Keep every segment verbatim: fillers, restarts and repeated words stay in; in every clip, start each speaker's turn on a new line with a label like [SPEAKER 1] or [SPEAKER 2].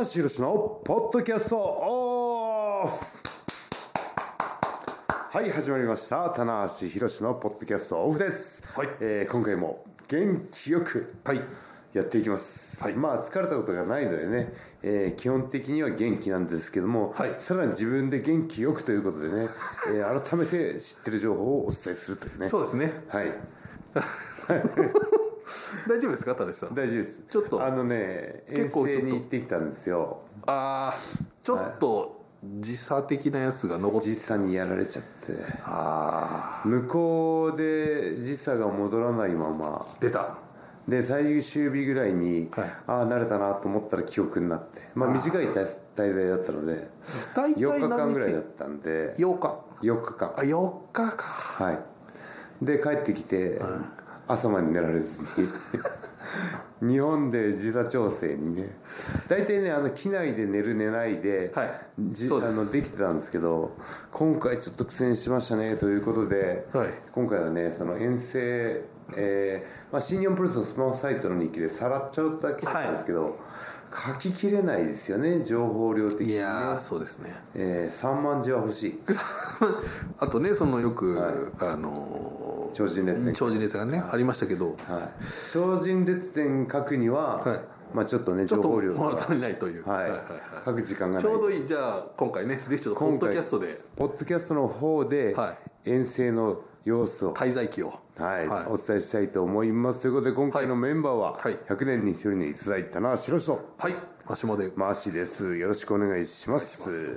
[SPEAKER 1] 橋宏のポッドキャストオフ。はい、始まりました。棚橋宏のポッドキャストオフです。
[SPEAKER 2] はい、
[SPEAKER 1] えー、今回も元気よくやっていきます。はい、まあ疲れたことがないのでね、えー、基本的には元気なんですけども、はい、さらに自分で元気よくということでね、えー、改めて知ってる情報をお伝えするというね。
[SPEAKER 2] そうですね。
[SPEAKER 1] はい。
[SPEAKER 2] 大丈夫ですか、田辺さん。
[SPEAKER 1] 大丈夫です。
[SPEAKER 2] ちょっと
[SPEAKER 1] あのね、遠征に行ってきたんですよ。
[SPEAKER 2] ああ、ちょっと時差的なやつが残って、
[SPEAKER 1] 時差にやられちゃって、
[SPEAKER 2] ああ、
[SPEAKER 1] 向こうで時差が戻らないまま
[SPEAKER 2] 出た
[SPEAKER 1] で、最終日ぐらいに、
[SPEAKER 2] はい、
[SPEAKER 1] ああ慣れたなと思ったら記憶になって、まあ短い滞在だったのでよっかかんぐらいだったんで、
[SPEAKER 2] ようか
[SPEAKER 1] よっかかん、
[SPEAKER 2] あ、よっかか、
[SPEAKER 1] はい。で帰ってきて、うん、朝まで寝られずに日本で時差調整にね、大体ね、あの機内で寝る寝ないで、はい、じあのできてたんですけど、今回ちょっと苦戦しましたねということで、はい、今回はね、その遠征、えーまあ、新日本プロレスのスマホサイトの日記でさらっちゃうだけだったんですけど、はい、書ききれないですよね、情報量的に、ね、
[SPEAKER 2] いやそうですね、
[SPEAKER 1] えー、さんまんじは欲しい
[SPEAKER 2] あとね、そのよく、はい、あのー
[SPEAKER 1] 超人列伝
[SPEAKER 2] 超人列伝がね、はい、ありましたけど、はい、
[SPEAKER 1] 超人列伝書くには、はい、まあちょっとね、情報量
[SPEAKER 2] が足りないという、
[SPEAKER 1] はいはいはい、書く時間がない。
[SPEAKER 2] ちょうどいい。じゃあ今回ね、ぜひちょっとポッドキャストで
[SPEAKER 1] ポッドキャストの方で、はい、遠征の様子を、
[SPEAKER 2] 滞在期を、
[SPEAKER 1] はいはい、お伝えしたいと思います。ということで、今回のメンバーは、はい、ひゃくねんに一人にいただいた棚橋宏と、
[SPEAKER 2] はい、マシモで
[SPEAKER 1] マシです。よろしくお願いします。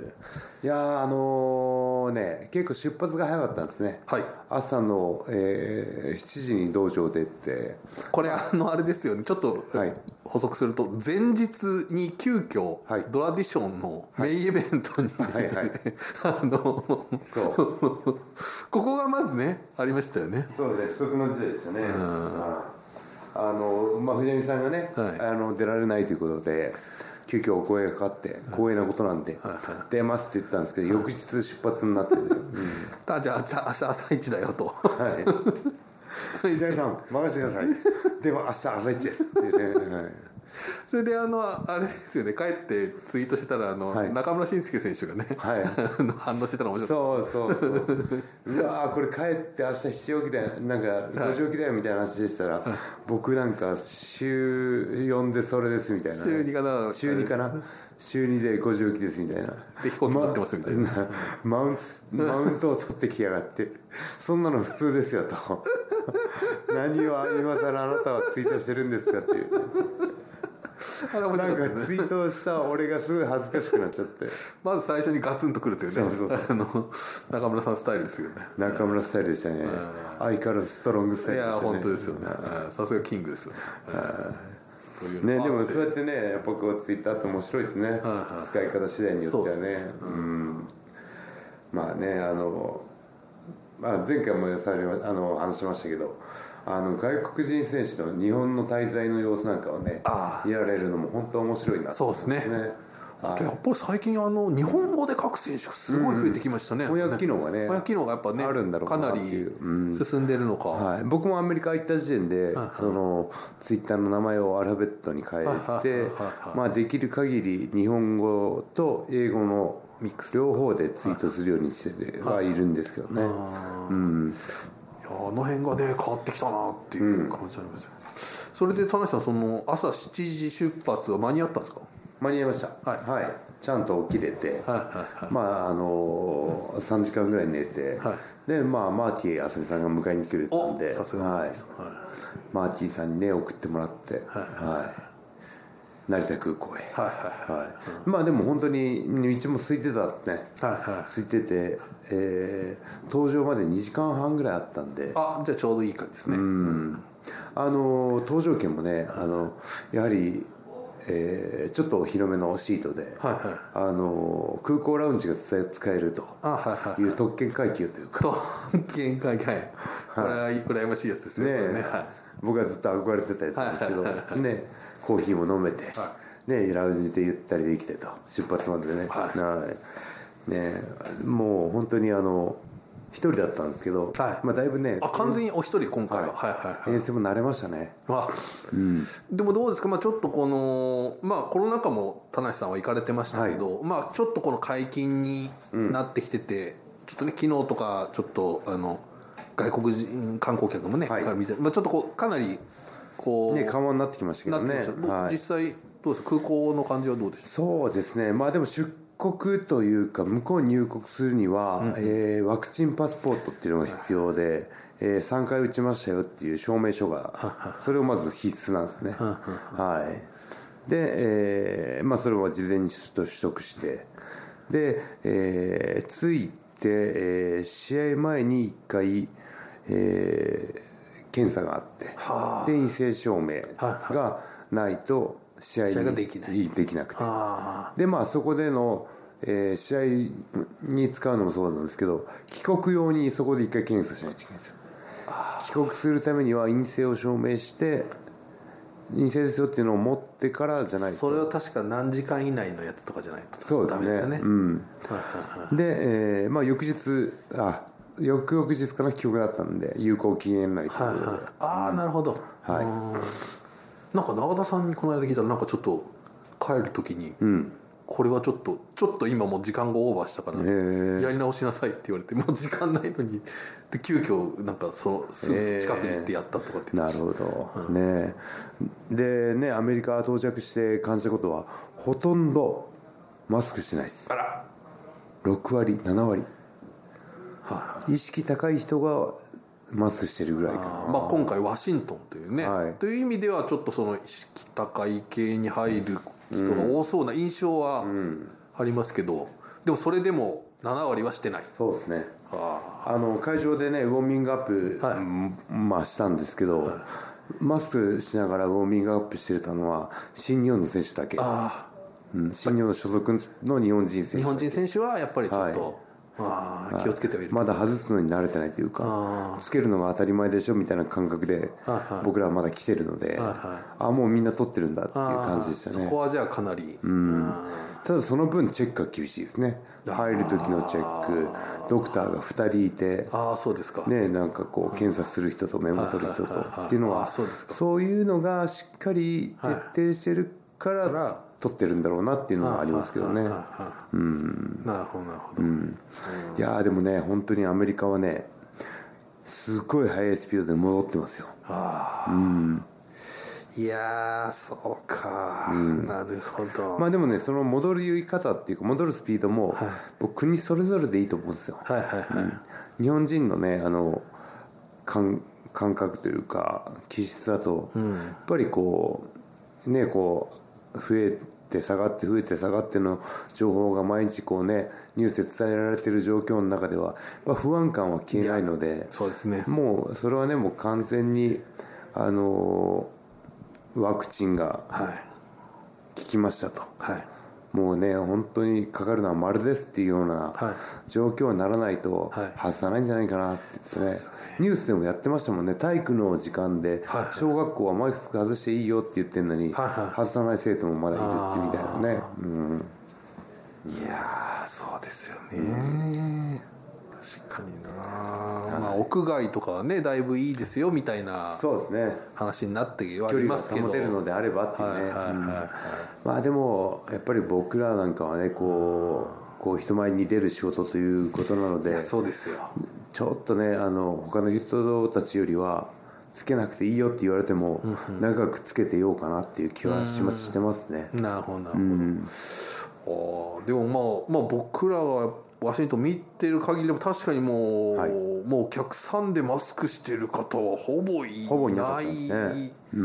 [SPEAKER 1] いやあのー、ね、結構出発が早かったんですね、はい、朝の、えー、しちじに道場出て、
[SPEAKER 2] これあのあれですよね、ちょっと、はい、補足すると、前日に急遽、はい、ドラディションのメインイベントに、はいはいはい、あのそうここがまずね、ありましたよね。
[SPEAKER 1] そうです、不測の事態ですよね。うん、あのまあ、藤波さんがね、はい、あの出られないということで急遽お声がかかって光栄なことなんで、はいはい、出ますって言ったんですけど、翌日出発になって、ね、うん、
[SPEAKER 2] たじゃあ明日朝一だよと、
[SPEAKER 1] はい、藤波さん任せてくださいでも明日朝一ですってね、はい、
[SPEAKER 2] それであのあれですよね、帰ってツイートしてたらあの、はい、中村慎介選手がね、はい、反応してたら面白かった。
[SPEAKER 1] そうそうそううわー、これ帰って明日しちじ起きだよ、なんかごじ起きだよみたいな話でしたら、はい、僕なんか週よんでそれですみたいな、ね、
[SPEAKER 2] 週にかな
[SPEAKER 1] 週にかな週にでごじ起きですみたいな、
[SPEAKER 2] で飛行機乗ってますみたいな、
[SPEAKER 1] ま、マウントマウントを取ってきやがってそんなの普通ですよと何を今更あなたはツイートしてるんですかっていう、なんかツイートした俺がすごい恥ずかしくなっちゃって、
[SPEAKER 2] まず最初にガツンとくるというね、そうそうあの中村さんスタイルですよね。
[SPEAKER 1] 中村スタイルでしたね、相変わらずストロングスタイルでしたね。
[SPEAKER 2] いや本当ですよね、さすがキングですよね。
[SPEAKER 1] ね、でもそうやってね、やっぱこうツイッターって面白いですね、使い方次第によってはね。うん、まあね、あの、まあ、前回もされあの話しましたけど、あの外国人選手の日本の滞在の様子なんかをね見られるのも本当面白いなと思いますね。そうですね。
[SPEAKER 2] あとやっぱり最近あの日本語で書く選手がすごい増えてきましたね、うん、
[SPEAKER 1] 翻訳機能がね
[SPEAKER 2] 翻訳機能がやっぱね
[SPEAKER 1] あるんだろうかなっていう、
[SPEAKER 2] かなり進んでるのか、
[SPEAKER 1] はい、僕もアメリカ行った時点で、はい、そのツイッターの名前をアルファベットに変えて、まあ、できる限り日本語と英語のミックス両方でツイートするようにしてはいるんですけどね、うん、
[SPEAKER 2] いやあの辺がね変わってきたなっていう感じありますよ、うん、それで田無さん、その朝しちじ出発は間に合ったんですか？
[SPEAKER 1] 間に合いました、はいはい、ちゃんと起きれて、はいはいはい、まああのー、さんじかんぐらい寝て、はい、でまあマーティーあさみさんが迎えに来るんで、さすが、はい、マーティーさんにね送ってもらって、はいはい、成田空港へ、はいはいはい、うん、まあでも本当に道も空いてたね、はいはい、空いてて、えー、搭乗までにじかんはんぐらいあったんで、
[SPEAKER 2] あ、じゃあちょうどいい感じですね。うん、
[SPEAKER 1] あの搭乗券もね、あのやはりえー、ちょっと広めのシートで、はいはい、あの空港ラウンジが使えるという特権階級というか、
[SPEAKER 2] 特権階級、はい、これは羨ましいやつですよね。ね、
[SPEAKER 1] はい、僕がずっと憧れてたやつなんですけど、はいはいはい、ね、コーヒーも飲めて、はい、ね、ラウンジでゆったりできてと、出発までね、はいはい、ね、もう本当にあの一人だったんですけど、はい、まあだいぶね、
[SPEAKER 2] あ完全にお一人今回は、はい、はいはい
[SPEAKER 1] 遠征も慣れましたね。
[SPEAKER 2] あ、うん、でもどうですか、まあ、ちょっとこのまあコロナ禍も田無さんは行かれてましたけど、はい、まあちょっとこの解禁になってきてて、うん、ちょっとね昨日とかちょっとあの外国人観光客もね、はい、見て、まあ、ちょっとこうかなりこう
[SPEAKER 1] ね緩和になってきましたけどね。
[SPEAKER 2] はい、実際どうですか、空港の感じはどうでした？
[SPEAKER 1] そうですね、まあでも出国というか向こうに入国するには、うんえー、ワクチンパスポートっていうのが必要で、えー、さんかい打ちましたよっていう証明書がそれをまず必須なんですね。はいで、えーまあ、それは事前に取得してで、えー、着いて、えー、試合前にいっかい、えー、検査があってはで陰性証明がないと試合に
[SPEAKER 2] ができない、
[SPEAKER 1] できなくてでまあそこでの、えー、試合に使うのもそうなんですけど帰国用にそこで一回検査しないといけないんですよ。帰国するためには陰性を証明して陰性ですよっていうのを持ってからじゃないと
[SPEAKER 2] それを確か何時間以内のやつとかじゃないと
[SPEAKER 1] そうですね。ですよね、うん、で、えーまあ、翌日あ翌々日から帰国だったんで有効期限内ということで、はいはい、
[SPEAKER 2] ああなるほど、はいなんか永田さんにこの間聞いたらなんかちょっと帰る時に、うん、これはちょっとちょっと今もう時間がオーバーしたからやり直しなさいって言われてもう時間ないのにで急遽なんかそのすぐ近くに行ってやったとかって言ってました。
[SPEAKER 1] なるほど、うん、ねでねアメリカ到着して感じたことはほとんどマスクしないです。
[SPEAKER 2] あら
[SPEAKER 1] ろくわりななわり、はあ、意識高い人がマスクしてるぐらいかな。
[SPEAKER 2] あ、まあ、今回ワシントンというね、はい、という意味ではちょっとその意識高い系に入る人が多そうな印象はありますけど、うんうん、でもそれでもななわりはしてない。
[SPEAKER 1] そうですね。ああの会場でねウォーミングアップ、はい、まあしたんですけど、はい、マスクしながらウォーミングアップしてたのは新日本の選手だけ。あ、うん、新日本の所属の日本人選手
[SPEAKER 2] 日本人選手はやっぱりちょっと、はいあ気をつけてはいる
[SPEAKER 1] まだ外すのに慣れてないというかつけるのが当たり前でしょみたいな感覚で僕らはまだ来てるのであもうみんな取ってるんだっていう感じでしたね。
[SPEAKER 2] そこはじゃあかなり、う
[SPEAKER 1] ん、ただその分チェックが厳しいですね。入る時のチェックドクターがふたりいて
[SPEAKER 2] あそうですか、
[SPEAKER 1] ね、なんかこう検査する人とメモ取る人とっていうのはそういうのがしっかり徹底してるから取ってるんだろうなっていうのはありますけどね。うん、
[SPEAKER 2] なるほどなるほど、
[SPEAKER 1] うん、いやでもね本当にアメリカはねすごい速いスピードで戻ってますよ。あ、うん、
[SPEAKER 2] いやそうか、うん、なるほど。
[SPEAKER 1] まあでもねその戻る言い方っていうか戻るスピードも、はい、僕国それぞれでいいと思うんですよ。はいはいはい、うん、日本人のねあの感感覚というか気質だと、うん、やっぱりこうねこう増えて下がって増えて下がっての情報が毎日こうねニュースで伝えられている状況の中では不安感は消えないので
[SPEAKER 2] そうですね、
[SPEAKER 1] もうそれはねもう完全にあのワクチンが効きましたと、はい、もうね本当にかかるのは丸ですっていうような状況にならないと外さないんじゃないかなってですね、はい、ニュースでもやってましたもんね。体育の時間で小学校はマスク外していいよって言ってるのに外さない生徒もまだいるってみたいなね、うん、
[SPEAKER 2] いやそうですよね、うん確かにな、まあ、屋外とかはねだいぶいいですよみたいな話になってはありますけど
[SPEAKER 1] 距離が保てるのであればっていうね、まあでもやっぱり僕らなんかはねこうこう人前に出る仕事ということなので、
[SPEAKER 2] いやそうですよ、
[SPEAKER 1] ちょっとねあの他の人たちよりはつけなくていいよって言われても、うんうん、長くつけてようかなっていう気はしますしてますね。
[SPEAKER 2] なるほどなるほど、うん、あでもまあ、まあ、僕らはワシントン見てる限りでも確かにもう、はい、もうお客さんでマスクしてる方はほぼいないほぼいなかったね、うん、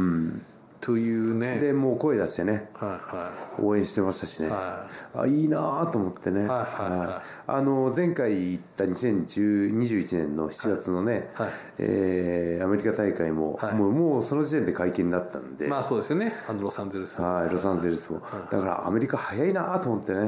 [SPEAKER 2] というね。
[SPEAKER 1] でもう声出してね、はいはい、応援してましたしね、はい、あいいなと思ってね、はいはいはい、あの前回行ったにせんにじゅういちねんのしちがつのね、はいはいえー、アメリカ大会も、はい、もう、もうその時点で解禁だったんで、
[SPEAKER 2] まあそうですよね、あのロサンゼルス、
[SPEAKER 1] はい、ロサンゼルスも、はい、だからアメリカ早いなと思ってね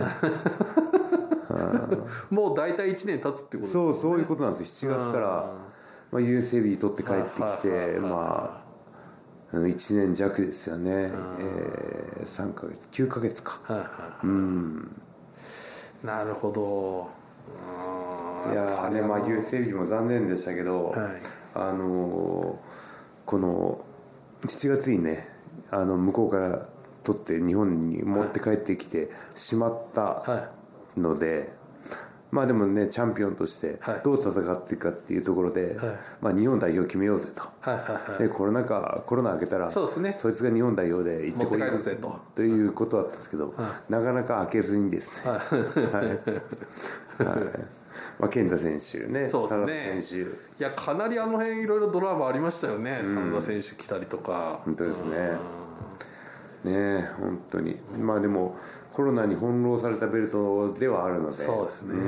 [SPEAKER 2] もう大体いちねん経つってことです
[SPEAKER 1] ね。そうそういうことなんですよ。しちがつから、まあ、ユーエスエービー 取って帰ってきてまあいちねんじゃくですよね、えー、さんかげつきゅうかげつか、うん、
[SPEAKER 2] なるほど。
[SPEAKER 1] いやーね、まあ優勢日も残念でしたけど、はい、あのー、このしちがつにね、あの向こうから取って日本に持って帰ってきてしまったので、はいはい、まあでもねチャンピオンとしてどう戦っていくかっていうところで、はい、まあ、日本代表決めようぜと、はいはいはい、でコロナ禍コロナ明けたら そ, うです、ね、そいつが日本代表で行ってこいよとということだったんですけど、はい、なかなか開けずにですね、はいはいはい、まあ、健太選手ね、
[SPEAKER 2] そうですね、選手、いやかなりあの辺いろいろドラマありましたよね、うん、真田選手来たりとか、
[SPEAKER 1] 本当ですね、ねえ本当に、まあでもコロナに翻弄されたベルトではあるので、
[SPEAKER 2] そうですね、うん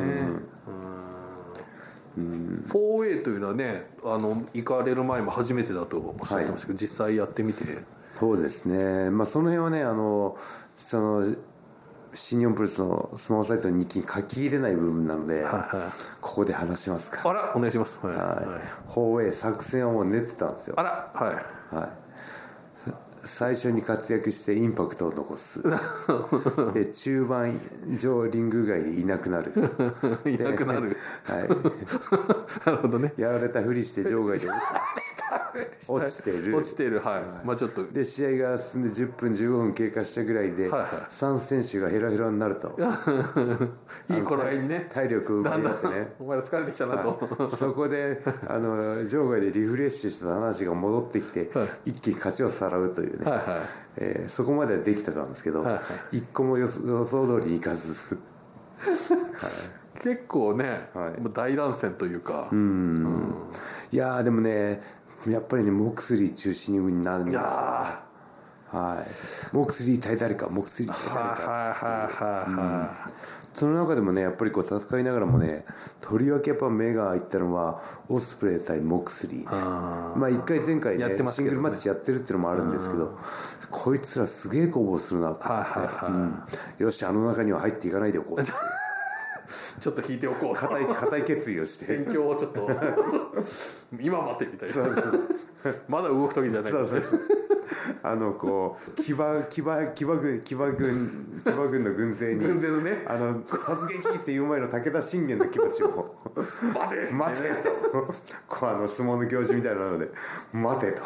[SPEAKER 2] うん、フォーエー というのはね、あの行かれる前も初めてだとおっしゃってましたけど、はい、実際やってみて、
[SPEAKER 1] そうですね、まあ、その辺はね、あのその新日本プロレスのスマホサイトに日記に書き入れない部分なので、はいはい、ここで話しますか。
[SPEAKER 2] あらお願いします。はい、はい、
[SPEAKER 1] フォーエー 作戦はもう練ってたんですよ。
[SPEAKER 2] あら、はい
[SPEAKER 1] はい、最初に活躍してインパクトを残すで中盤上リング外でいなくなる
[SPEAKER 2] いなくなる、
[SPEAKER 1] はい、
[SPEAKER 2] なるほどね、
[SPEAKER 1] やられたふりして場外で落ちてる
[SPEAKER 2] 落ちてる、はい、はい、まあちょっと
[SPEAKER 1] で試合が進んでじゅっぷんじゅうごふん経過したぐらいで、はいはい、さん選手がヘラヘラになると
[SPEAKER 2] いい頃合いにね、
[SPEAKER 1] 体力を奪い合ってね、
[SPEAKER 2] お前ら疲れてきたなと、
[SPEAKER 1] はい、そこであの場外でリフレッシュした話が戻ってきて、はい、一気に勝ちをさらうというね、はいはい、えー、そこまではできてたんですけど、はいはい、一個も予想通りにいかず、はい、
[SPEAKER 2] 結構ね、はい、もう大乱戦というか、
[SPEAKER 1] うん、うん、いやでもねやっぱりねモクスリー中心になるんですよ、ね、はい、モクスリー対誰かモクスリー対誰かっていう、はいはいはいはい、うん、その中でもねやっぱりこう戦いながらもねとりわけやっぱ目が入ったのはオスプレイ対モクスリー、あまあ一回前回ねシングルマッチやってるっていうのもあるんですけど、こいつらすげえ攻防するなって、はいはいはい、うん、よしあの中には入っていかないでおこう
[SPEAKER 2] ちょっと引いておこう
[SPEAKER 1] 固い固い決意をして
[SPEAKER 2] 戦況をちょっと今待てみたいな、そうそうまだ動く時じゃない、そうそう
[SPEAKER 1] あのこう騎馬騎馬騎馬軍騎馬軍騎馬軍の軍勢に
[SPEAKER 2] 軍勢のね
[SPEAKER 1] あの突撃っていう前の武田信玄の気持ちを
[SPEAKER 2] 待て
[SPEAKER 1] 待てとこうあの相撲の行事みたいなので待てと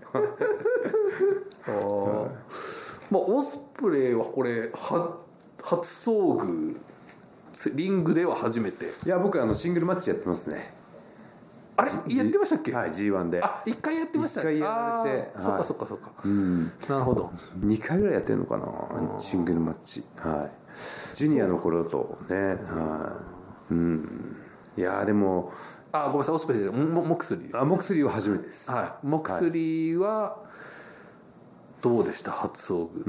[SPEAKER 2] あ、まあオスプレイはこれは初遭遇リングでは初めて。
[SPEAKER 1] いや僕あのシングルマッチやってますね。
[SPEAKER 2] あれやってましたっけ？
[SPEAKER 1] はい ジーワン で。
[SPEAKER 2] あ一回やってました。
[SPEAKER 1] 一回やられて、
[SPEAKER 2] はい、そっかそっかそっか。
[SPEAKER 1] うん。
[SPEAKER 2] なるほど。
[SPEAKER 1] にかいぐらいやってるのかなシングルマッチ。はい。ジュニアの頃とね。はい。うん。いやでも。
[SPEAKER 2] あごめんなさいオスプレイでモモクスリーです、ね。
[SPEAKER 1] あモクスリーは初めてです。
[SPEAKER 2] はい。モクスリーはどうでした初遭遇？
[SPEAKER 1] うー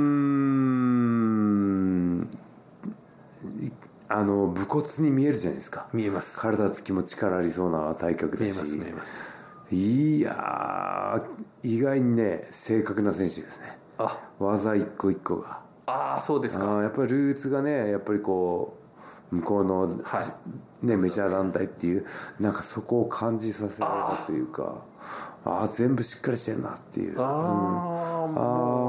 [SPEAKER 1] ん。あの武骨に見えるじゃないですか。
[SPEAKER 2] 見えます。
[SPEAKER 1] 体つきも力ありそうな体格だし、
[SPEAKER 2] 見えます見えます。
[SPEAKER 1] いや意外にね正確な選手ですね。あ技一個一個が
[SPEAKER 2] ああそうですか。
[SPEAKER 1] あやっぱりルーツがねやっぱりこう向こうの、はいね、メジャー団体っていうなんかそこを感じさせられたというかああ全部しっかりしてるなっていうあ、うん、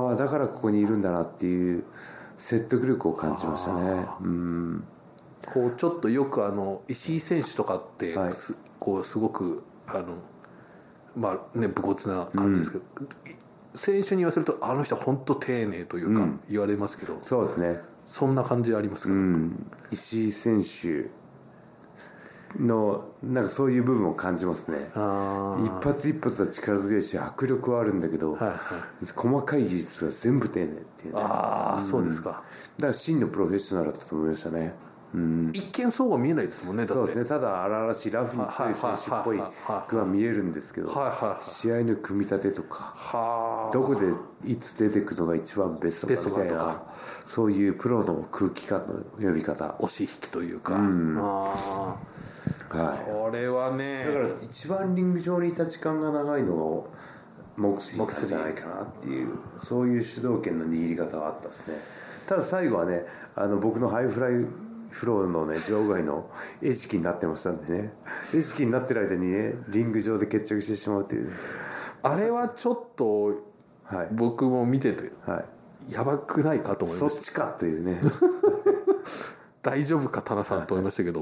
[SPEAKER 1] あだからここにいるんだなっていう説得力を感じましたね。うん
[SPEAKER 2] こうちょっとよくあの石井選手とかってす、はい、こうすごくあのまあね武骨な感じですけど、うん、選手に言わせるとあの人は本当丁寧というか言われますけど、うん、
[SPEAKER 1] そうですね
[SPEAKER 2] そんな感じありますか、うん、
[SPEAKER 1] 石井選手のなんかそういう部分を感じますね。一発一発は力強いし迫力はあるんだけど、はいはい、細かい技術が全部丁寧っていうね。
[SPEAKER 2] ああ、うん、そうですか。
[SPEAKER 1] だから真のプロフェッショナルだったと思いましたね。うん、
[SPEAKER 2] 一見そうは見えないですもんね。だって
[SPEAKER 1] そうですね。ただ荒々しいラフに強い選手っぽい句は見えるんですけど、試合の組み立てとかどこでいつ出てくのが一番ベストかみたいなそういうプロの空気感の呼び方
[SPEAKER 2] 押し引きというか、うん、あはい、これはね
[SPEAKER 1] だから一番リング上にいた時間が長いのがモクスリーなんじゃないかなっていうそういう主導権の握り方はあったですね。ただ最後はねあの僕のハイフライフローのね場外の餌食になってましたんでね餌食になってる間にねリング上で決着してしまうという、ね、
[SPEAKER 2] あれはちょっと、はい、僕も見てて、はい、やばくないかと思いました。
[SPEAKER 1] そっちかというね
[SPEAKER 2] 大丈夫かタナさんと思いましたけど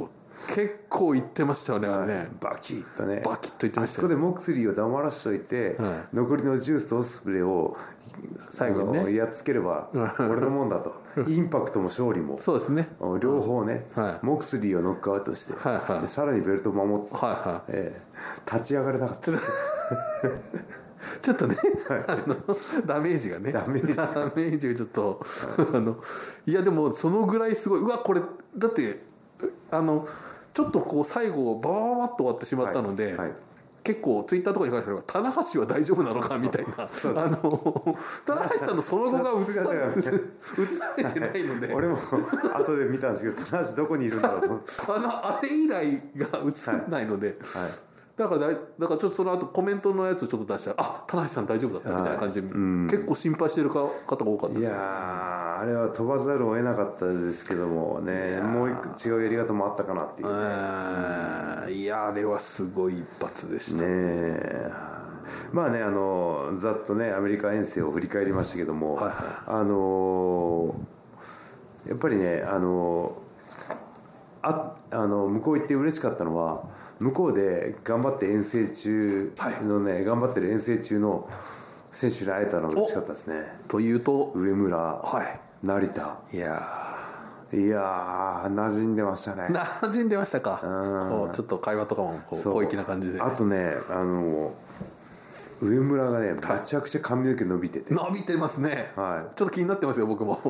[SPEAKER 2] 結構言ってましたよね、あれね。
[SPEAKER 1] バキッとね。
[SPEAKER 2] バキッと言ってましたよ。
[SPEAKER 1] あそこでモクスリーを黙らしといて、はい、残りのジュースとオスプレイを最後ねやっつければ俺のもんだと。インパクトも勝利も
[SPEAKER 2] そうですね。
[SPEAKER 1] 両方ね、
[SPEAKER 2] はい、
[SPEAKER 1] モクスリーをノックアウトして、はいはい、でさらにベルトを守って、はいはいえー、立ち上がれなかったです。
[SPEAKER 2] ちょっとね、あのダメージがね
[SPEAKER 1] ダメージ
[SPEAKER 2] ダメージがちょっと、はい、あのいやでもそのぐらいすごいうわこれだってあのちょっとこう最後ババババッと終わってしまったので、はいはい、結構ツイッターとかに書いてある棚橋は大丈夫なのかみたいなあの棚橋さんのその後が映されてないので
[SPEAKER 1] 俺も後で見たんですけど棚橋どこにいるんだろうと思って
[SPEAKER 2] あのあれ以来が映らないので、はいはいだからだからちょっとその後コメントのやつをちょっと出したらあ棚橋さん大丈夫だったみたいな感じで、うん、結構心配してる方が多かったですよ。
[SPEAKER 1] いやあれは飛ばざるを得なかったですけどもねもう一個違うやり方もあったかなっていう、
[SPEAKER 2] ね、いやあれはすごい一発でした
[SPEAKER 1] ね。まあねあのざっとねアメリカ遠征を振り返りましたけども、はいはい、あのやっぱりねあのああの向こう行って嬉しかったのは向こうで頑張って遠征中のね、はい、頑張ってる遠征中の選手に会えたのが嬉しかったですね。
[SPEAKER 2] というと
[SPEAKER 1] 上村、
[SPEAKER 2] はい、
[SPEAKER 1] 成田
[SPEAKER 2] いや
[SPEAKER 1] いや馴染んでましたね。
[SPEAKER 2] 馴染んでましたか。こうちょっと会話とかもこう小粋な感じで。
[SPEAKER 1] あとねあの上村がねめちゃくちゃ髪の毛伸びてて、
[SPEAKER 2] はい、伸びてますね、はい、ちょっと気になってますよ僕も、はい、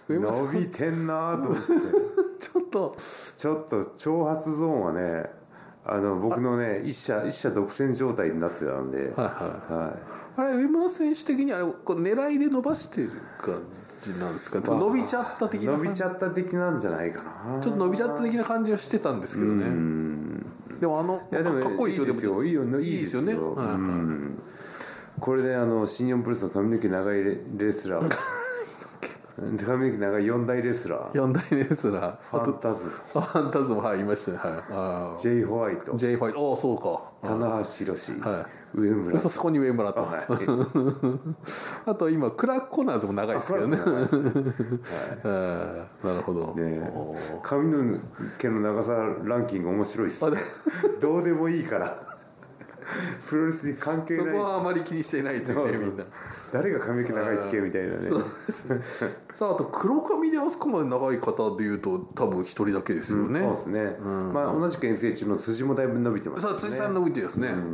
[SPEAKER 1] 伸びてんなと思って
[SPEAKER 2] ちょっと
[SPEAKER 1] ちょっと長髪ゾーンはねあの僕のね一社一社独占状態になってたんで、はいはい
[SPEAKER 2] はい、あれ上村選手的にあれこう狙いで伸ばしてる感じなんですか、まあ、伸びちゃった的な
[SPEAKER 1] 伸びちゃった的なんじゃないかな。
[SPEAKER 2] ちょっと伸びちゃった的な感じはしてたんですけどね。うんでもあのいやでもかっこいいですよ。
[SPEAKER 1] いいよいいですよね。はいはい、うんこれであの新日本プロレスの髪の毛長いレスラー髪の毛長いよん大レスラー
[SPEAKER 2] よん大レスラー
[SPEAKER 1] ファンタズム
[SPEAKER 2] ファンタズムはいいましたね、はい、
[SPEAKER 1] ジェイホワイト
[SPEAKER 2] J ホワイトああそうか
[SPEAKER 1] 棚橋宏、
[SPEAKER 2] はい、
[SPEAKER 1] 上村
[SPEAKER 2] そこに上村と、はい、あと今クラークコーナーズも長いですけどね、はい、なるほど、ね、
[SPEAKER 1] 髪の毛の長さランキング面白いっすねどうでもいいからプロレスに関係ない
[SPEAKER 2] そこはあまり気にしていないというねみんな
[SPEAKER 1] 誰が髪の毛長いっけみたいなね。
[SPEAKER 2] そうですねあと黒髪であそこまで長い方でいうと多分一人だけですよね、
[SPEAKER 1] うん、そうですね、うんまあ、同じく遠征中の辻もだいぶ伸びてますね。
[SPEAKER 2] そう辻さん伸びてるですね、うん、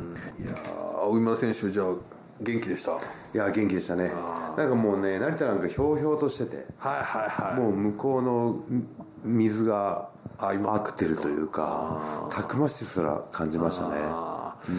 [SPEAKER 2] いや上村選手じゃあ元気でした。い
[SPEAKER 1] や元気でしたね。なんかもうね成田なんかひょうひょうとしてて、
[SPEAKER 2] はいはいはい、
[SPEAKER 1] もう向こうの水が合ってるというかたくましさすら感じましたね。
[SPEAKER 2] うん、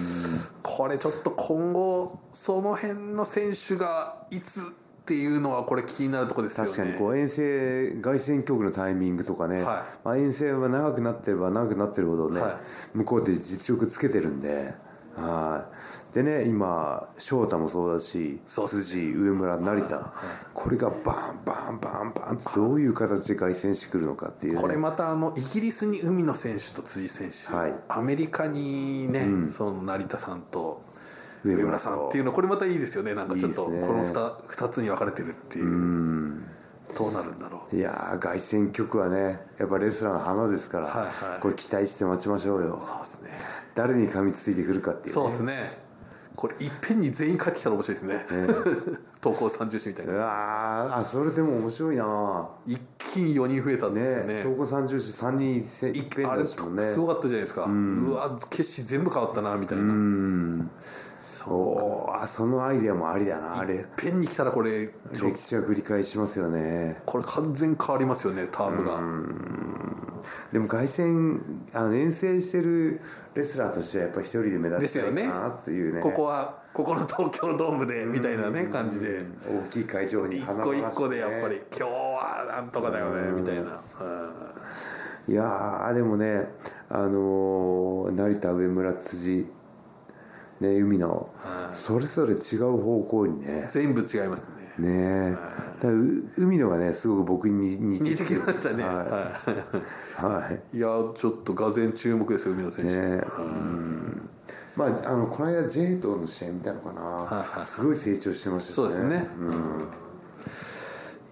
[SPEAKER 2] これちょっと今後その辺の選手がいつっていうのはこれ気になるところですよね。
[SPEAKER 1] 確かにこう遠征凱旋局のタイミングとかね、はいまあ、遠征は長くなってれば長くなってるほどね、はい、向こうで実力つけてるんで、はいでね今翔太もそうだし辻上村成田、はい、これがバンバンバンバンどういう形で凱旋してくるのかっていう、ね、
[SPEAKER 2] これまたあのイギリスに海野選手と辻選手、はい、アメリカにね、うん、その成田さんと上村さんっていうのこれまたいいですよね。なんかちょっとこの 2, 2つに分かれてるっていう、うんどうなるんだろう。
[SPEAKER 1] いやー凱旋局はねやっぱレスラーの花ですから、はいはい、これ期待して待ちましょうよ。
[SPEAKER 2] そうですね
[SPEAKER 1] 誰に噛みついてくるかっていうね。
[SPEAKER 2] そうですねこれいっぺんに全員帰ってきたら面白いですね、ね東高三重士みたいな。
[SPEAKER 1] ああそれでも面白いな。
[SPEAKER 2] 一気によにん増えたんですよね。
[SPEAKER 1] 東高三重士さんにんいっぺんだしもんね。
[SPEAKER 2] すごかったじゃないですか。う, うわ景色全部変わったなみたいな。うん
[SPEAKER 1] そうあそのアイデアもありだな。あれいっ
[SPEAKER 2] ぺんに来たらこれ
[SPEAKER 1] 歴史は繰り返しますよね。
[SPEAKER 2] これ完全変わりますよねタームが。
[SPEAKER 1] うんでも凱旋あの遠征してるレスラーとしてはやっぱり一人で目指したいかなっていうね。
[SPEAKER 2] ここはここの東京ドームでみたいなね感じで
[SPEAKER 1] 大きい会場に
[SPEAKER 2] 一個一個でやっぱり今日はなんとかだよねみたいな。
[SPEAKER 1] いやでもねあのー、成田上村辻ね海のそれぞれ違う方向にね
[SPEAKER 2] 全部違いますね。
[SPEAKER 1] ねだ海のがねすごく僕に似て
[SPEAKER 2] きてましたね。はい、はい、いやちょっとがぜん注目ですよ海野選手、ねうん
[SPEAKER 1] まあ、あのこの間 J との試合見たのかな、はいはい、すごい成長してましたね。
[SPEAKER 2] そうですね、うん、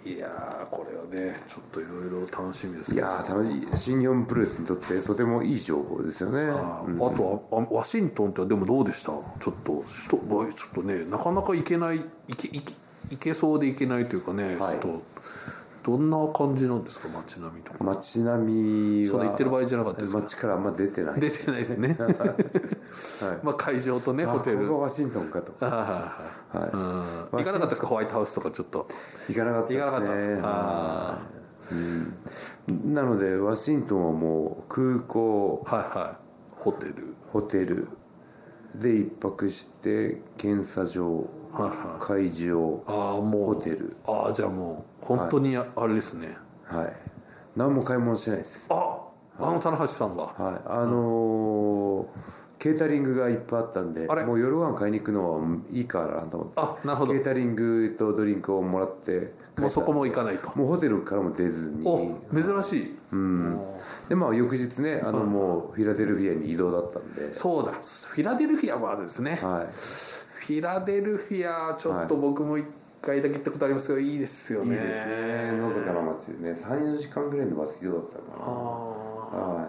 [SPEAKER 2] いやーこれはねちょっといろいろ楽しみです
[SPEAKER 1] けど、いやー楽しい。新日本プロレスにとってとてもいい情報ですよね。あ、
[SPEAKER 2] うん、あとはワシントンってでもどうでした？ちょっとちょっとねなかなか行けない行け行け行けそうで行けないというかね、はい、ちょっとどんな感じなんですか街並みとか。
[SPEAKER 1] 街並みは
[SPEAKER 2] それ言ってる場合じゃなかったですか。
[SPEAKER 1] 街からあんま出てない
[SPEAKER 2] 出てないですね、はい、まあ会場とねホテル、
[SPEAKER 1] ここワシントンかと。
[SPEAKER 2] あ、はいはい、うん、行かなかったですかホワイトハウスとか。ちょっと
[SPEAKER 1] 行かなかった、ね、
[SPEAKER 2] 行かなかった。あ、
[SPEAKER 1] うん、なのでワシントンはもう空港、
[SPEAKER 2] はいはい、ホテル
[SPEAKER 1] ホテルで一泊して検査場、はいはい、会場、
[SPEAKER 2] あ、もう
[SPEAKER 1] ホテル。
[SPEAKER 2] ああ、じゃあもう本当にあれですね。
[SPEAKER 1] はい、はい、何も買い物してないです。
[SPEAKER 2] あ、あの棚橋さんが、
[SPEAKER 1] はい、あのーうん、ケータリングがいっぱいあったんで、もう夜ご飯買いに行くのはいいかなと思って。
[SPEAKER 2] あ、なるほど。
[SPEAKER 1] ケータリングとドリンクをもらって
[SPEAKER 2] もうそこも行かないと。
[SPEAKER 1] もうホテルからも出ずに。
[SPEAKER 2] お、珍しい。
[SPEAKER 1] うん、でまあ翌日ねあの、うん、もうフィラデルフィアに移動だったんで。
[SPEAKER 2] そうだ、フィラデルフィアもあるんですね。
[SPEAKER 1] はい、
[SPEAKER 2] フィラデルフィアちょっと僕も一回だけ行ったことありますけど、いいですよね。
[SPEAKER 1] いいですね。のどかな街でね、さん、よじかんぐらいのバス移動だったかな。はい、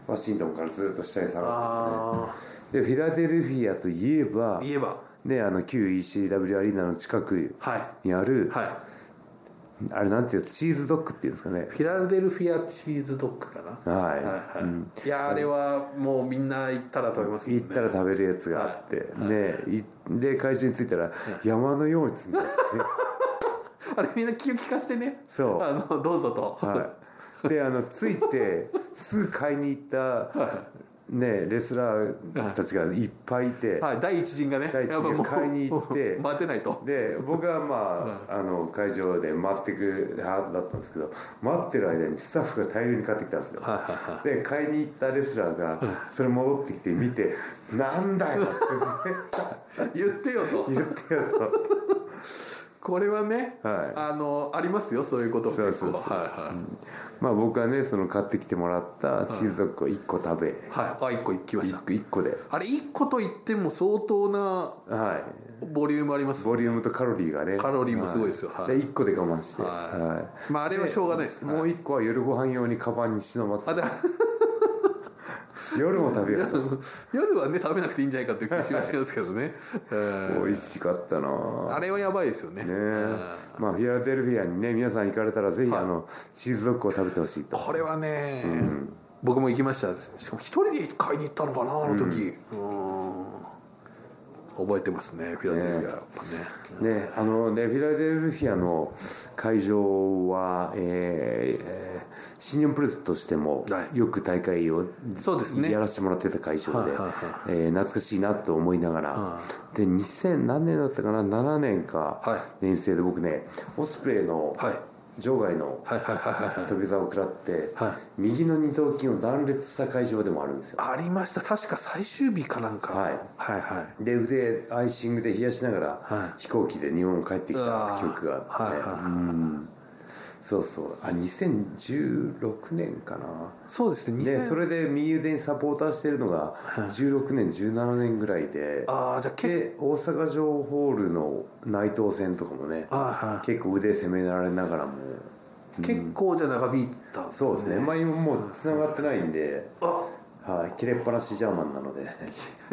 [SPEAKER 1] ワシントンからずっと下に下がっててね。でフィラデルフィアといえば
[SPEAKER 2] 言えば
[SPEAKER 1] ね、あの旧 イーシーダブリュー アリーナの近くにある、はいはい、あれなんていうチーズドッグっていうんですかね。
[SPEAKER 2] フィラデルフィアチーズドッグかな。はい、はいはい、うん、いやあれはもうみんな行ったら食べますもんね。
[SPEAKER 1] 行ったら食べるやつがあって、はい、ね、で会場に着いたら山のように積んであって、
[SPEAKER 2] あれみんな気を利かしてね、
[SPEAKER 1] そう、
[SPEAKER 2] あのどうぞと、
[SPEAKER 1] はい、であの着いてすぐ買いに行った、はいね、レスラーたちがいっぱいいて、
[SPEAKER 2] はい、第一陣がね
[SPEAKER 1] 第一陣が買いに行って
[SPEAKER 2] 待てないと。
[SPEAKER 1] で僕はまあ、あの会場で待ってく派だったんですけど、待ってる間にスタッフが大量に買ってきたんですよ。で買いに行ったレスラーがそれ戻ってきて見て「なんだよ」って
[SPEAKER 2] 言ってよと
[SPEAKER 1] 言ってよと。
[SPEAKER 2] これはね、はい、あのありますよそういうことも結構。そうそうそう、はいはい、うん、まあ
[SPEAKER 1] 僕はねその買ってきてもらったチーズドッグをいっこ食べ、
[SPEAKER 2] はい、あいっこいきました。
[SPEAKER 1] いっこであ
[SPEAKER 2] れいっこといっても相当なボリュームありますよね。
[SPEAKER 1] ボリュームとカロリーがね、
[SPEAKER 2] カロリーもすごいですよ、はい、
[SPEAKER 1] でいっこで我慢して、
[SPEAKER 2] はいはい、まああれはしょうがないです。
[SPEAKER 1] もういっこは夜ご飯用にカバンに忍ばせて夜も食べようと。
[SPEAKER 2] 夜はね食べなくていいんじゃないかっていう気がしますけどね。
[SPEAKER 1] 美味しかったな
[SPEAKER 2] あれはやばいですよね。ね、
[SPEAKER 1] まあフィラデルフィアにね皆さん行かれたらぜひ、はい、あのチーズドッグを食べてほしいと。
[SPEAKER 2] これはね、うん、僕も行きました。しかも一人で買いに行ったのかなあの時、うん、うん覚えてますねフィラデルフィア、
[SPEAKER 1] ねね、あのねフィラデルフィアの会場は、えー、新日本プロレスとしてもよく大会をやらせてもらってた会場で、え懐かしいなと思いながら、でにせん何年だったかなななねんか遠征で僕ねオスプレイの、はい場外の飛び竿を食らって、はい、右の二頭筋を断裂した会場でもあるんですよ。
[SPEAKER 2] ありました。確か最終日かなんか、はい、はいはい
[SPEAKER 1] で腕アイシングで冷やしながら、はい、飛行機で日本帰ってきた記憶があって、はいはいはい、うんそうそうあにせんじゅうろくねんかな。
[SPEAKER 2] そうですね。
[SPEAKER 1] でそれで右腕にサポーターしてるのがじゅうろくねんじゅうななねんぐらいで、
[SPEAKER 2] あじゃあ
[SPEAKER 1] で大阪城ホールの内藤戦とかもね、はい、結構腕攻められながらも、
[SPEAKER 2] うん、結構じゃ長引いたんですね。
[SPEAKER 1] そうですね。まあ今もうつながってないんで、あはい、切れっぱなしジャーマンなので、はい、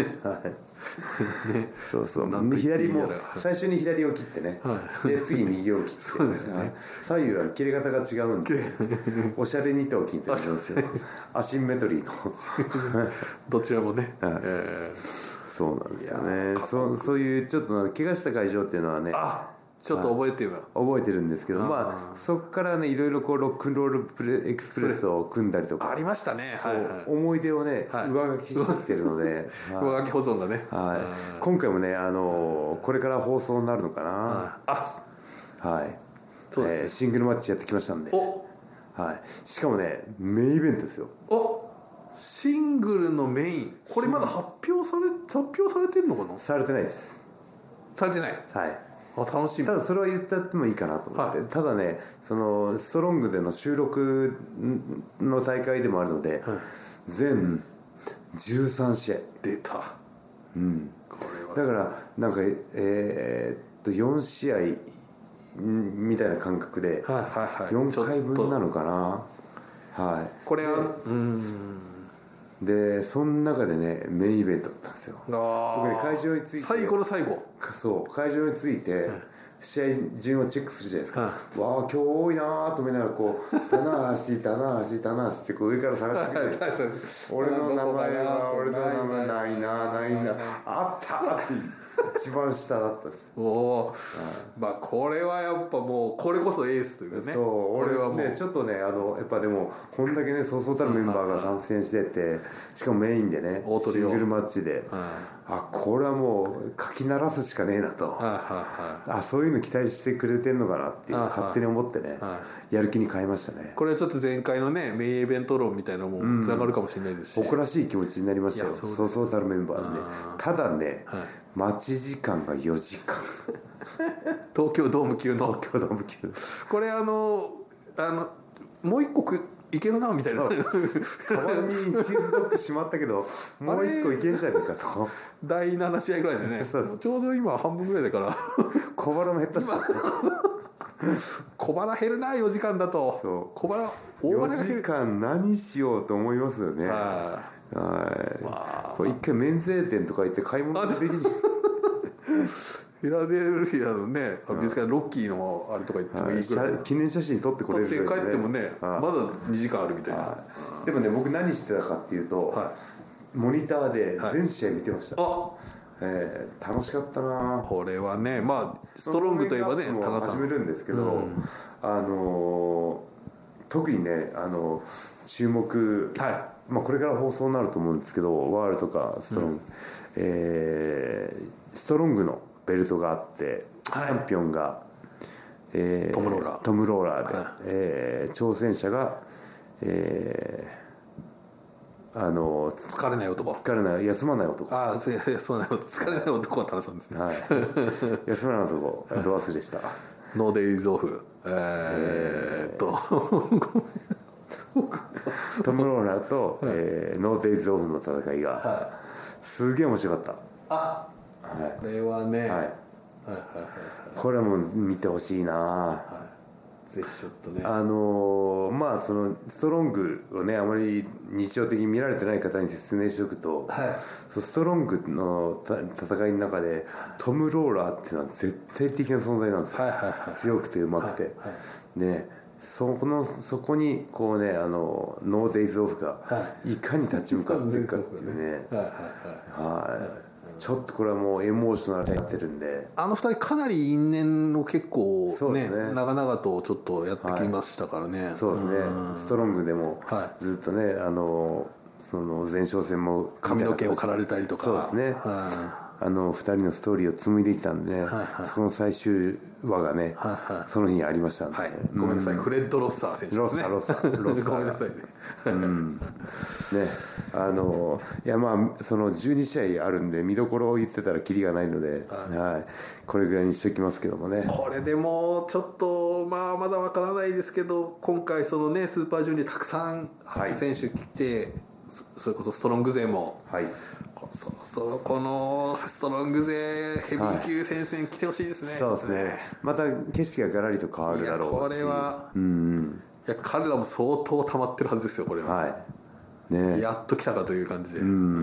[SPEAKER 1] ね、そうそう左も最初に左を切ってね、はい、で次右を切って、
[SPEAKER 2] そうですね、
[SPEAKER 1] 左右は切れ方が違うんでおしゃれ二頭筋って言うんですよ。アシンメトリーの
[SPEAKER 2] どちらもね、
[SPEAKER 1] はい、えー、そうなんですよね。そ, そういうちょっと怪我した会場っていうのはね、
[SPEAKER 2] あちょっと覚えてる、
[SPEAKER 1] はい、覚えてるんですけど、まあそこからねいろいろこうロックンロールプレエクスプレスを組んだりとか
[SPEAKER 2] ありましたね、はいはい、
[SPEAKER 1] 思い出をね、はい、上書きしてきてるので
[SPEAKER 2] 上書き保存がね、
[SPEAKER 1] はい、今回もねあのこれから放送になるのかな、
[SPEAKER 2] あ
[SPEAKER 1] はい
[SPEAKER 2] そうですね、
[SPEAKER 1] えー、シングルマッチやってきましたんで、はい、しかもねメインイベントですよ。
[SPEAKER 2] おシングルのメインこれまだ発表され発表されてるのかな。
[SPEAKER 1] されてないです。
[SPEAKER 2] されてない。
[SPEAKER 1] はい
[SPEAKER 2] あ楽しみ。
[SPEAKER 1] ただそれは言ってやってもいいかなと思って、はい、ただねそのストロングでの収録の大会でもあるので、はい、全じゅうさんしあい
[SPEAKER 2] 出た、
[SPEAKER 1] うん、これはだからなんかえー、っとよんしあいみたいな感覚でよんかいぶんなのかな。はい、
[SPEAKER 2] これはうん
[SPEAKER 1] でその中でねメインイベントだったんですよ。僕ね会場に着いて
[SPEAKER 2] 最後の最後
[SPEAKER 1] そう会場に着いて、うん、試合順をチェックするじゃないですか、うん、わあ今日多いなーと思いながらこう棚橋棚橋棚橋ってこう上から探してくれて俺の名前は俺の名前ないなないなあったーって一番下だったです。
[SPEAKER 2] おお、はい、まあこれはやっぱもうこれこそエースというかね。
[SPEAKER 1] そう俺はねちょっとねあのやっぱでもこんだけねそうそうたるメンバーが参戦しててしかもメインでねシングルマッチで、あこれはもうかき鳴らすしかねえなと、あそういうの期待してくれてんのかなっていう勝手に思ってねやる気に変えましたね。
[SPEAKER 2] これはちょっと前回のねメインイベント論みたいなのもつながるかもしれないですし、
[SPEAKER 1] 誇らしい気持ちになりましたよ。そうそうたるメンバーでね。ただね、はい、待ち時間がよじかん
[SPEAKER 2] 東京ドーム級の
[SPEAKER 1] 東京ドーム級
[SPEAKER 2] これあのあのもう一個いけるなみたいな
[SPEAKER 1] カバンにチーズドッグしまったけどもう一個いけんじゃねえかと
[SPEAKER 2] だいなな試合ぐらいでねちょうど今半分ぐらいだから
[SPEAKER 1] 小腹も減ったし
[SPEAKER 2] 小腹減るなよじかんだと。
[SPEAKER 1] そう
[SPEAKER 2] 小腹
[SPEAKER 1] 大腹減るよじかん何しようと思いますよね。はいはいこれ一回免税店とか行って買い物できる
[SPEAKER 2] フィラデルフィアのね美術館ロッキーのあれとか行ってもいいぐらい、
[SPEAKER 1] 記念写真撮ってこれるぐらい、
[SPEAKER 2] ね、帰ってもねまだにじかんあるみたいな。
[SPEAKER 1] でもね僕何してたかっていうと、はい、モニターで全試合見てました、はいえー、楽しかったな。
[SPEAKER 2] これはねまあストロングといえばね
[SPEAKER 1] 田中さん始めるんですけど、うん、あの特にねあの注目、はいまあ、これから放送になると思うんですけどワールとかストロング、うんえー、ストロングのベルトがあって、はい、チャンピオンが、
[SPEAKER 2] えー、トムローラー
[SPEAKER 1] トムローラーで、はいえー、挑戦者が、えー、あの
[SPEAKER 2] 疲れない男
[SPEAKER 1] 疲れない休まない男
[SPEAKER 2] ああ休まない男疲れない男は田中さんですね、はい、
[SPEAKER 1] 休まない男ド忘れでした
[SPEAKER 2] ノーデイズオフえー、っと
[SPEAKER 1] トムローラーと、はいえー、ノーデイズオフの戦いが、はい、すげえ面白かった。
[SPEAKER 2] あ、はい、これはね、はいはいはいはい、
[SPEAKER 1] これはもう見てほしいな、
[SPEAKER 2] はい、ぜひちょっとね
[SPEAKER 1] あのー、まあそのストロングをねあまり日常的に見られてない方に説明しておくと、はい、ストロングの戦いの中でトム・ローラーっていうのは絶対的な存在なんですよ、はいはいはい、強くてうまくて、はいはい、ねそこのそこにこうねあのノーデイズオフがいかに立ち向かっていくかっていうねはいはいはい、はいちょっとこれはもうエモーショナルになってるんで
[SPEAKER 2] あの二人かなり因縁を結構ねね長々とちょっとやってきましたからね、
[SPEAKER 1] はい、そうですねストロングでもずっとねあのその前哨戦も
[SPEAKER 2] 髪の毛を刈られたりとか
[SPEAKER 1] そうですね、はいあのふたりのストーリーを紡いできたんでね、はいはい、その最終話がね、はいはい、その日にありましたんで、はい、
[SPEAKER 2] ごめんなさい、うん、フレッド・ロッサー選手ですね
[SPEAKER 1] ロッサーロッサー
[SPEAKER 2] ごめんなさいね、
[SPEAKER 1] うんねあのいやまあそのじゅうに試合あるんで見どころを言ってたらキリがないので、はいはい、これぐらいにしておきますけどもね。
[SPEAKER 2] これでもちょっとまあまだわからないですけど今回そのねスーパージュニアたくさん選手来て、はい、それこそストロング勢も、はいそろそろこのストロング勢ヘビー級戦線来てほしいですね、はい、
[SPEAKER 1] そうですねまた景色がガラリと変わるだろうし
[SPEAKER 2] これは、うん、いや彼らも相当溜まってるはずですよこれは、はいね、やっと来たかという感じで、うん、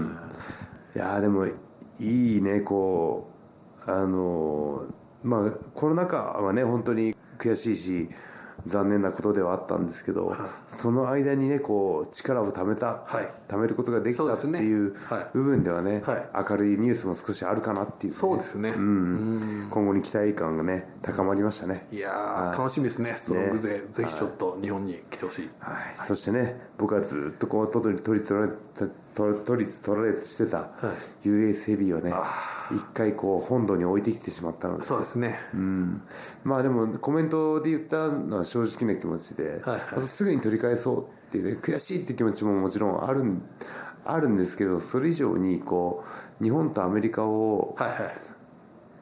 [SPEAKER 1] いやでもいいねこうあのまあコロナ禍はね本当に悔しいし残念なことではあったんですけど、はい、その間にねこう力をためた、はい、ためることができたっていう部分ではね、はい、明るいニュースも少しあるかなっていう、ね、
[SPEAKER 2] そうですね、うん、
[SPEAKER 1] うん今後に期待感がね高まりましたね。
[SPEAKER 2] いやー、はい、楽しみですねストロング勢、ね、ぜひちょっと日本に来てほしい、
[SPEAKER 1] はいはい、そしてね僕はずっとこう取り取り取られ取り取られしてた ユーエス ヘビーをね一回こう本土に置いてきてしまったので
[SPEAKER 2] そうですね、
[SPEAKER 1] うん、まあでもコメントで言ったのは正直な気持ちで、はいはい、ま、すぐに取り返そうっていう、ね、悔しいっていう気持ちももちろんあるんあるんですけどそれ以上にこう日本とアメリカを、はいはい、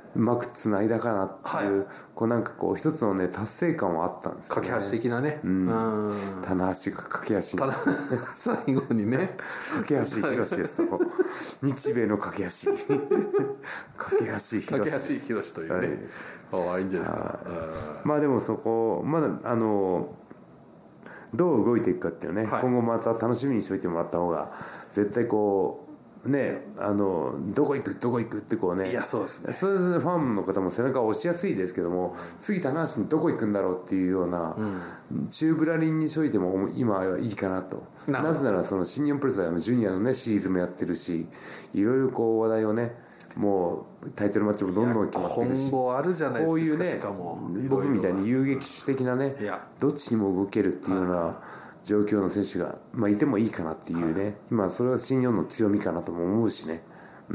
[SPEAKER 1] うまくつないだかなっていう、はい、こうなんかこう一つのね達成感はあったんですよね。
[SPEAKER 2] 架け橋的なね、うん、
[SPEAKER 1] 棚橋が架け橋
[SPEAKER 2] 最後にね
[SPEAKER 1] 架け橋広ですと日米の架け橋架け橋広
[SPEAKER 2] 架け橋広というね、はい、ああいいんじゃないですか。
[SPEAKER 1] まあでもそこまだあのどう動いていくかっていうね、はい、今後また楽しみにしておいてもらった方が絶対こうね、あのどこ行くどこ行くってこうね、
[SPEAKER 2] いやそうですね、
[SPEAKER 1] それでファンの方も背中を押しやすいですけども、次棚橋にどこ行くんだろうっていうような、うん、中ぶらりんにしといても今はいいかなと。な, なぜならその新日本プロレスはジュニアのねシリーズもやってるし、いろいろこう話題をね、もうタイトルマッチもどんどん決まってるし、
[SPEAKER 2] 今後あるじゃないですか。こういうね、
[SPEAKER 1] しかも僕みたいに遊撃手的なね、どっちにも動けるっていうような状況の選手が、まあ、いてもいいかなっていうね、はい、今それは新日本の強みかなとも思うしね。うん、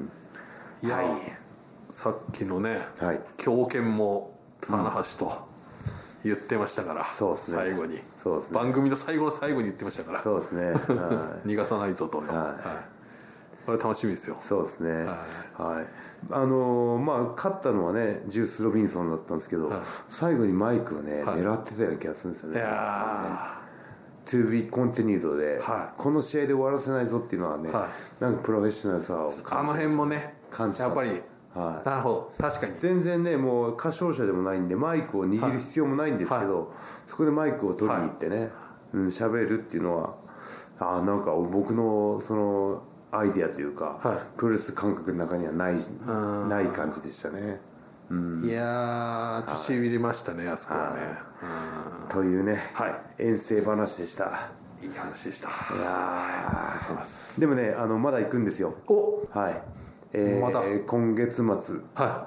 [SPEAKER 2] いや、はい、さっきのね、はい、強肩も棚橋と言ってましたから、うん、
[SPEAKER 1] そうですね、
[SPEAKER 2] 最後に
[SPEAKER 1] そうですね、
[SPEAKER 2] 番組の最後の最後に言ってましたから、
[SPEAKER 1] そうですね、はい、
[SPEAKER 2] 逃がさないぞと、はいはい、これ楽しみですよ。
[SPEAKER 1] そうですね、はい、はい、あのー、まあ勝ったのはねジュース・ロビンソンだったんですけど、はい、最後にマイクをね、はい、狙ってたような気がするんですよね。いやーTo be continued で、はい、この試合で終わらせないぞっていうのはね、はい、なんかプロフェッショナルさを感じ
[SPEAKER 2] た。あの辺もね
[SPEAKER 1] 感じた。
[SPEAKER 2] やっぱり、はい、なるほど、確かに
[SPEAKER 1] 全然ねもう歌唱者でもないんでマイクを握る必要もないんですけど、はい、そこでマイクを取りに行ってね、はい、うん、喋るっていうのはあなんか僕のそのアイデアというか、はい、プロレス感覚の中にはないない感じでしたね。うん、
[SPEAKER 2] いやーしびれましたね、あそこはね。
[SPEAKER 1] というね、はい、遠征話でした。
[SPEAKER 2] いい話でした。い
[SPEAKER 1] やーでもねあのまだ行くんですよ。
[SPEAKER 2] お
[SPEAKER 1] はい、えー、まだ今月末、
[SPEAKER 2] はい、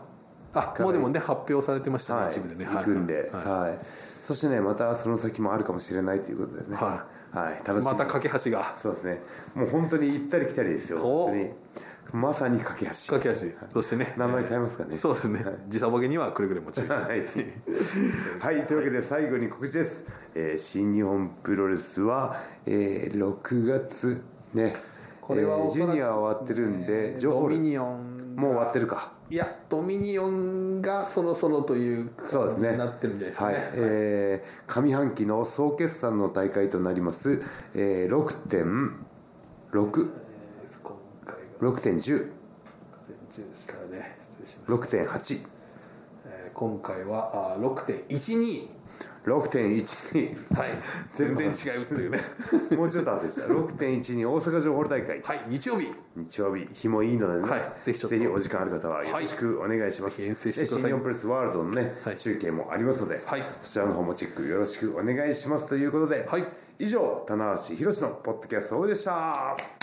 [SPEAKER 2] あもうでもね発表されてましたね、はい、一部でね
[SPEAKER 1] 行くんで、はいはい、そしてねまたその先もあるかもしれないということでね、はいはい、楽しみ。
[SPEAKER 2] また架け橋が
[SPEAKER 1] そうですね、もう本当に行ったり来たりですよ。本当にまさに架け橋
[SPEAKER 2] 架け橋、そしてね
[SPEAKER 1] 名前変えますかね、
[SPEAKER 2] そうですね、時差ボケにはくれぐれも注意。はい、
[SPEAKER 1] はい、というわけで最後に告知です。えー、新日本プロレスは、えー、ろくがつね、これは、えー、ジュニアは終わってるんでジョホール
[SPEAKER 2] ドミニオン
[SPEAKER 1] もう終わってるか。
[SPEAKER 2] いやドミニオンがそろそろという感じになってるんじゃないですかね。はい、
[SPEAKER 1] えー、上半期の総決算の大会となります、えー、ろくてんろく ろくてんじゅう
[SPEAKER 2] ですからね、失礼しました。
[SPEAKER 1] ろくてんはち、
[SPEAKER 2] えー、今回は ろくてんいちに
[SPEAKER 1] ろくてんいちに
[SPEAKER 2] はい全然違うっていうね
[SPEAKER 1] もうちょっと後でした。 ろくてんいちに 大阪城ホール大会、
[SPEAKER 2] はい、日曜日
[SPEAKER 1] 日曜日日もいいのでね、はい、
[SPEAKER 2] ぜひちょっと
[SPEAKER 1] ぜひお時間ある方はよろしくお願いします、はい、ぜひ遠征してください。新日本プロレスワールドのね、はい、中継もありますので、はい、そちらの方もチェックよろしくお願いしますということで、はい、以上棚橋宏のポッドキャストでした。